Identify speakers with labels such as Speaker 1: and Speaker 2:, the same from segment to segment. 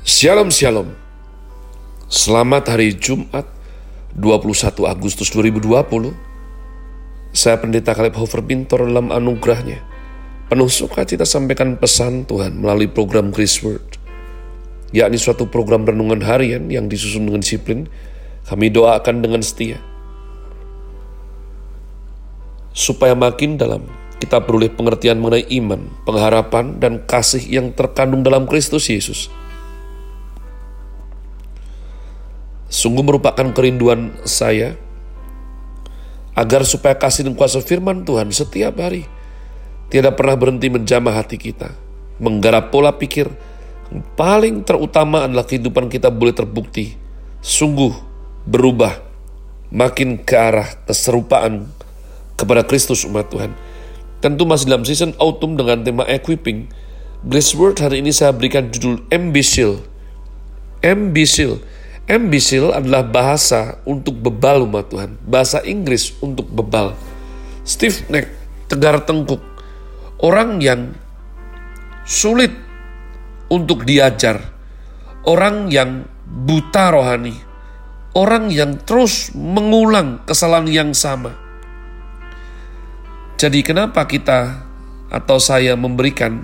Speaker 1: Shalom Shalom. Selamat hari Jumat 21 Agustus 2020. Saya Pendeta Caleb Hofer Bintor dalam anugerahnya penuh sukacita sampaikan pesan Tuhan melalui program Grace Word, yakni suatu program renungan harian yang disusun dengan disiplin. Kami doakan dengan setia supaya makin dalam kita beroleh pengertian mengenai iman, pengharapan, dan kasih yang terkandung dalam Kristus Yesus. Sungguh merupakan kerinduan saya agar supaya kasih dan kuasa firman Tuhan setiap hari tidak pernah berhenti menjamah hati kita, menggarap pola pikir yang paling terutama adalah kehidupan kita boleh terbukti sungguh berubah makin ke arah keserupaan kepada Kristus umat Tuhan. Tentu masih dalam season autumn dengan tema equipping. Grace Word hari ini saya berikan judul Ambisil. Ambisil adalah bahasa untuk bebal umat Tuhan. Bahasa Inggris untuk bebal. Stiff neck, tegar tengkuk. Orang yang sulit untuk diajar. Orang yang buta rohani. Orang yang terus mengulang kesalahan yang sama. Jadi kenapa kita atau saya memberikan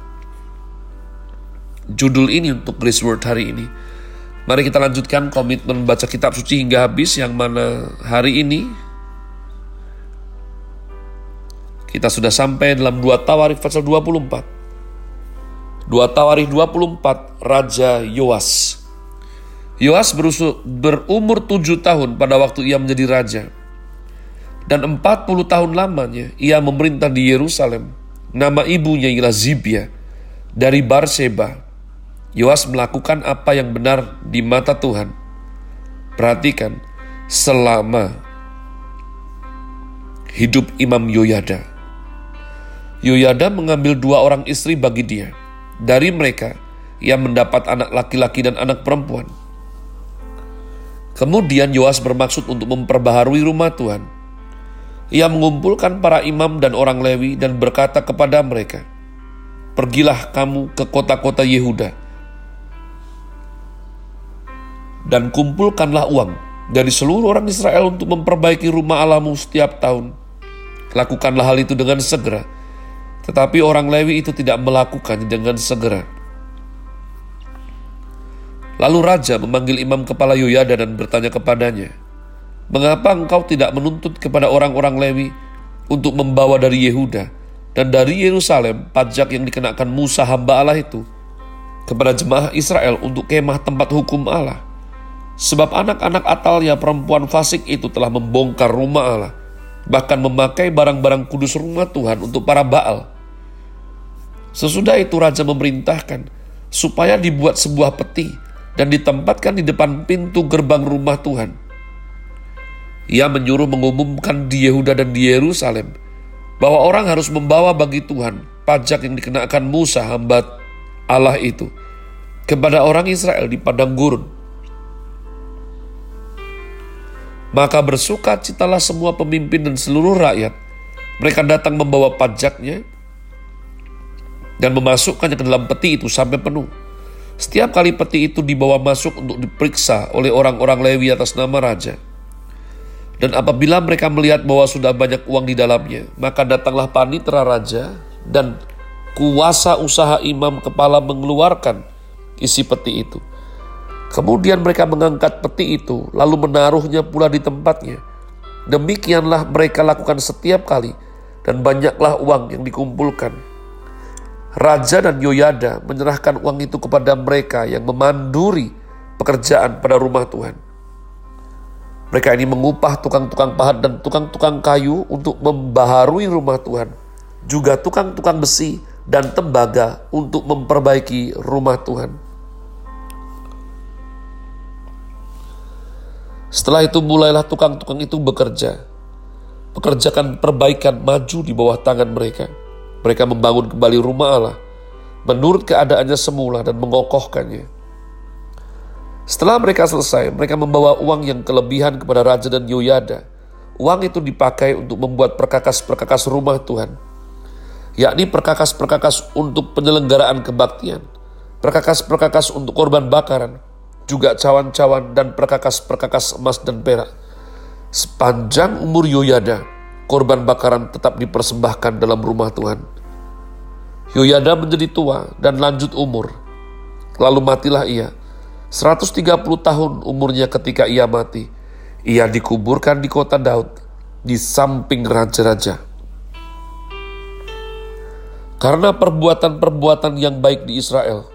Speaker 1: judul ini untuk Grace Word hari ini? Mari kita lanjutkan komitmen baca kitab suci hingga habis, yang mana hari ini kita sudah sampai dalam 2 Tawarikh pasal 24. 2 Tawarikh 24, Raja Yoas. Yoas berumur 7 tahun pada waktu ia menjadi raja. Dan 40 tahun lamanya ia memerintah di Yerusalem. Nama ibunya ialah Zibia dari Barseba. Yoas melakukan apa yang benar di mata Tuhan. Perhatikan, selama hidup Imam Yoyada. Yoyada mengambil 2 orang istri bagi dia. Dari mereka, ia mendapat anak laki-laki dan anak perempuan. Kemudian Yoas bermaksud untuk memperbaharui rumah Tuhan. Ia mengumpulkan para imam dan orang Lewi dan berkata kepada mereka, "Pergilah kamu ke kota-kota Yehuda dan kumpulkanlah uang dari seluruh orang Israel untuk memperbaiki rumah Allahmu setiap tahun. Lakukanlah hal itu dengan segera." Tetapi orang Lewi itu tidak melakukannya dengan segera. Lalu raja memanggil imam kepala Yoyada dan bertanya kepadanya, "Mengapa engkau tidak menuntut kepada orang-orang Lewi untuk membawa dari Yehuda dan dari Yerusalem pajak yang dikenakan Musa hamba Allah itu kepada jemaah Israel untuk kemah tempat hukum Allah? Sebab anak-anak Atalia perempuan fasik itu telah membongkar rumah Allah, bahkan memakai barang-barang kudus rumah Tuhan untuk para Baal." Sesudah itu raja memerintahkan supaya dibuat sebuah peti dan ditempatkan di depan pintu gerbang rumah Tuhan. Ia menyuruh mengumumkan di Yehuda dan di Yerusalem bahwa orang harus membawa bagi Tuhan pajak yang dikenakan Musa hamba Allah itu kepada orang Israel di padang gurun. Maka bersukacitalah semua pemimpin dan seluruh rakyat. Mereka datang membawa pajaknya dan memasukkannya ke dalam peti itu sampai penuh. Setiap kali peti itu dibawa masuk untuk diperiksa oleh orang-orang Lewi atas nama raja. Dan apabila mereka melihat bahwa sudah banyak uang di dalamnya, maka datanglah panitera raja dan kuasa usaha imam kepala mengeluarkan isi peti itu. Kemudian mereka mengangkat peti itu, lalu menaruhnya pula di tempatnya. Demikianlah mereka lakukan setiap kali, dan banyaklah uang yang dikumpulkan. Raja dan Yoyada menyerahkan uang itu kepada mereka yang memanduri pekerjaan pada rumah Tuhan. Mereka ini mengupah tukang-tukang pahat dan tukang-tukang kayu untuk membaharui rumah Tuhan, juga tukang-tukang besi dan tembaga untuk memperbaiki rumah Tuhan. Setelah itu mulailah tukang-tukang itu bekerja. Pekerjakan perbaikan maju di bawah tangan mereka. Mereka membangun kembali rumah Allah menurut keadaannya semula dan mengokohkannya. Setelah mereka selesai, mereka membawa uang yang kelebihan kepada Raja dan Yoyada. Uang itu dipakai untuk membuat perkakas-perkakas rumah Tuhan, yakni perkakas-perkakas untuk penyelenggaraan kebaktian, perkakas-perkakas untuk korban bakaran, juga cawan-cawan dan perkakas-perkakas emas dan perak. Sepanjang umur Yoyada, korban bakaran tetap dipersembahkan dalam rumah Tuhan. Yoyada menjadi tua dan lanjut umur. Lalu matilah ia. 130 tahun umurnya ketika ia mati. Ia dikuburkan di kota Daud, di samping raja-raja. Karena perbuatan-perbuatan yang baik di Israel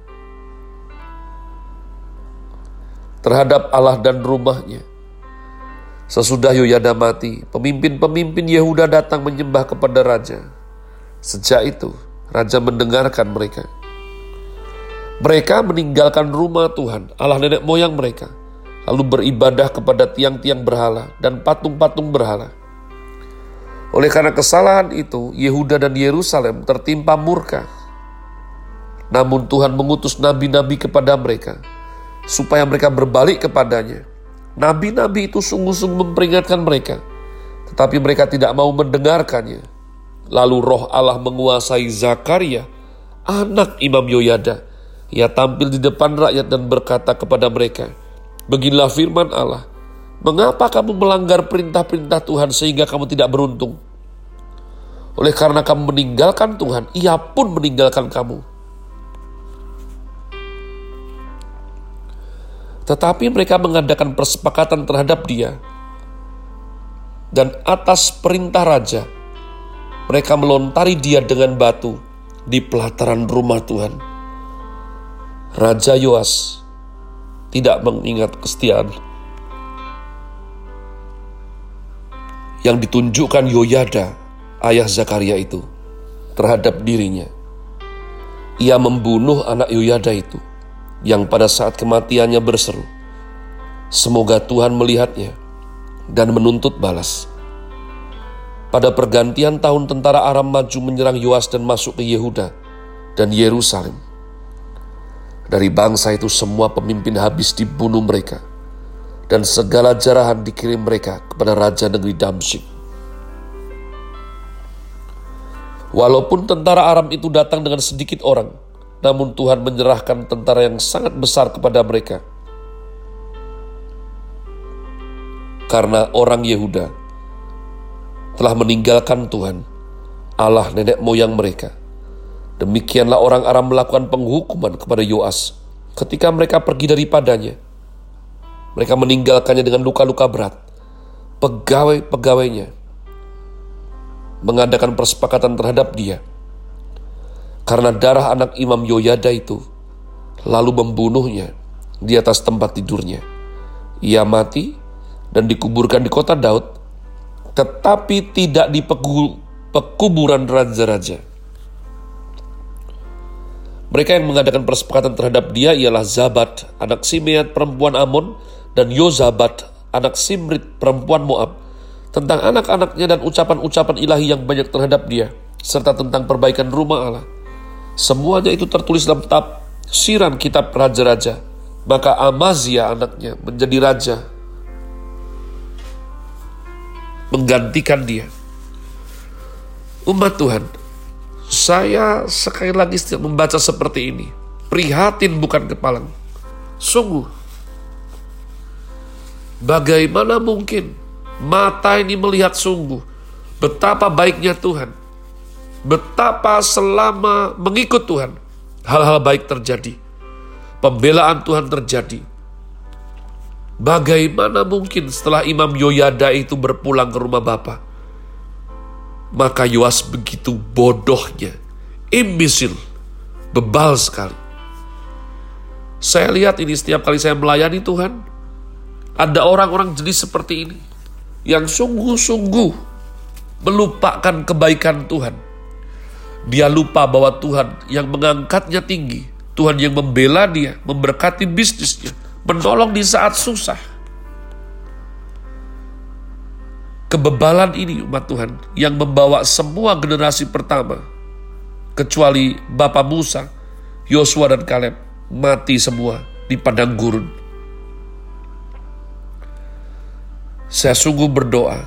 Speaker 1: terhadap Allah dan rumahnya. Sesudah Yoyada mati, pemimpin-pemimpin Yehuda datang menyembah kepada raja. Sejak itu, raja mendengarkan mereka. Mereka meninggalkan rumah Tuhan, Allah nenek moyang mereka, lalu beribadah kepada tiang-tiang berhala dan patung-patung berhala. Oleh karena kesalahan itu, Yehuda dan Yerusalem tertimpa murka. Namun Tuhan mengutus nabi-nabi kepada mereka, supaya mereka berbalik kepadanya. Nabi-nabi itu sungguh-sungguh memperingatkan mereka, tetapi mereka tidak mau mendengarkannya. Lalu roh Allah menguasai Zakaria, anak Imam Yoyada. Ia tampil di depan rakyat dan berkata kepada mereka, "Beginilah firman Allah, mengapa kamu melanggar perintah-perintah Tuhan sehingga kamu tidak beruntung? Oleh karena kamu meninggalkan Tuhan, Ia pun meninggalkan kamu." Tetapi mereka mengadakan persepakatan terhadap dia. Dan atas perintah raja, mereka melontari dia dengan batu di pelataran rumah Tuhan. Raja Yoas tidak mengingat kesetiaan yang ditunjukkan Yoyada, ayah Zakaria itu, terhadap dirinya. Ia membunuh anak Yoyada itu, yang pada saat kematiannya berseru, "Semoga Tuhan melihatnya dan menuntut balas." Pada pergantian tahun, tentara Aram maju menyerang Yoas dan masuk ke Yehuda dan Yerusalem. Dari bangsa itu semua pemimpin habis dibunuh mereka, dan segala jarahan dikirim mereka kepada raja negeri Damsyik. Walaupun tentara Aram itu datang dengan sedikit orang, namun Tuhan menyerahkan tentara yang sangat besar kepada mereka. Karena orang Yehuda telah meninggalkan Tuhan, Allah nenek moyang mereka. Demikianlah orang Aram melakukan penghukuman kepada Yoas ketika mereka pergi daripadanya. Mereka meninggalkannya dengan luka-luka berat. Pegawai-pegawainya mengadakan persepakatan terhadap dia karena darah anak Imam Yoyada itu, lalu membunuhnya di atas tempat tidurnya. Ia mati dan dikuburkan di kota Daud, tetapi tidak di pekuburan raja-raja. Mereka yang mengadakan persepakatan terhadap dia ialah Zabad, anak Simeat perempuan Amon, dan Yozabad, anak Simrit perempuan Moab, tentang anak-anaknya dan ucapan-ucapan ilahi yang banyak terhadap dia, serta tentang perbaikan rumah Allah. Semuanya itu tertulis dalam tafsiran kitab raja-raja. Maka Amazia anaknya menjadi raja, menggantikan dia. Umat Tuhan, saya sekali lagi setiap membaca seperti ini, prihatin bukan kepalang. Sungguh, bagaimana mungkin mata ini melihat sungguh betapa baiknya Tuhan, betapa selama mengikut Tuhan hal-hal baik terjadi, pembelaan Tuhan terjadi. Bagaimana mungkin setelah Imam Yoyada itu berpulang ke rumah Bapa, maka Yoas begitu bodohnya, imbisil, bebal sekali. Saya lihat ini setiap kali saya melayani Tuhan, ada orang-orang jenis seperti ini, yang sungguh-sungguh melupakan kebaikan Tuhan. Dia lupa bahwa Tuhan yang mengangkatnya tinggi, Tuhan yang membela dia, memberkati bisnisnya, menolong di saat susah. Kebebalan ini umat Tuhan yang membawa semua generasi pertama, kecuali Bapak Musa, Yosua dan Kaleb, mati semua di padang gurun. Saya sungguh berdoa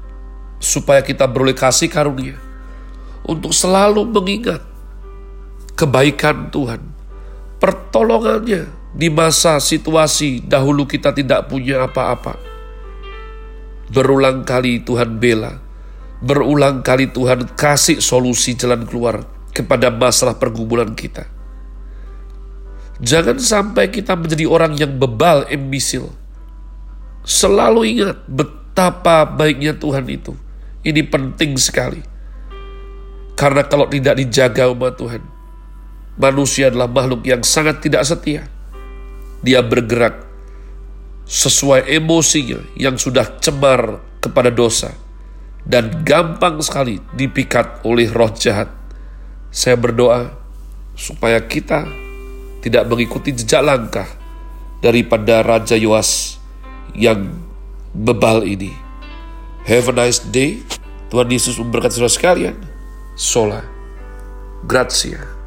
Speaker 1: supaya kita beroleh kasih karunia untuk selalu mengingat kebaikan Tuhan, pertolongannya di masa situasi dahulu kita tidak punya apa-apa. Berulang kali Tuhan bela, berulang kali Tuhan kasih solusi jalan keluar kepada masalah pergumulan kita. Jangan sampai kita menjadi orang yang bebal, embisil. Selalu ingat betapa baiknya Tuhan itu. Ini penting sekali. Karena kalau tidak dijaga umat Tuhan, manusia adalah makhluk yang sangat tidak setia. Dia bergerak sesuai emosinya yang sudah cemar kepada dosa dan gampang sekali dipikat oleh roh jahat. Saya berdoa supaya kita tidak mengikuti jejak langkah daripada Raja Yoas yang bebal ini. Have a nice day. Tuhan Yesus memberkati saudara sekalian. Sola Gracia.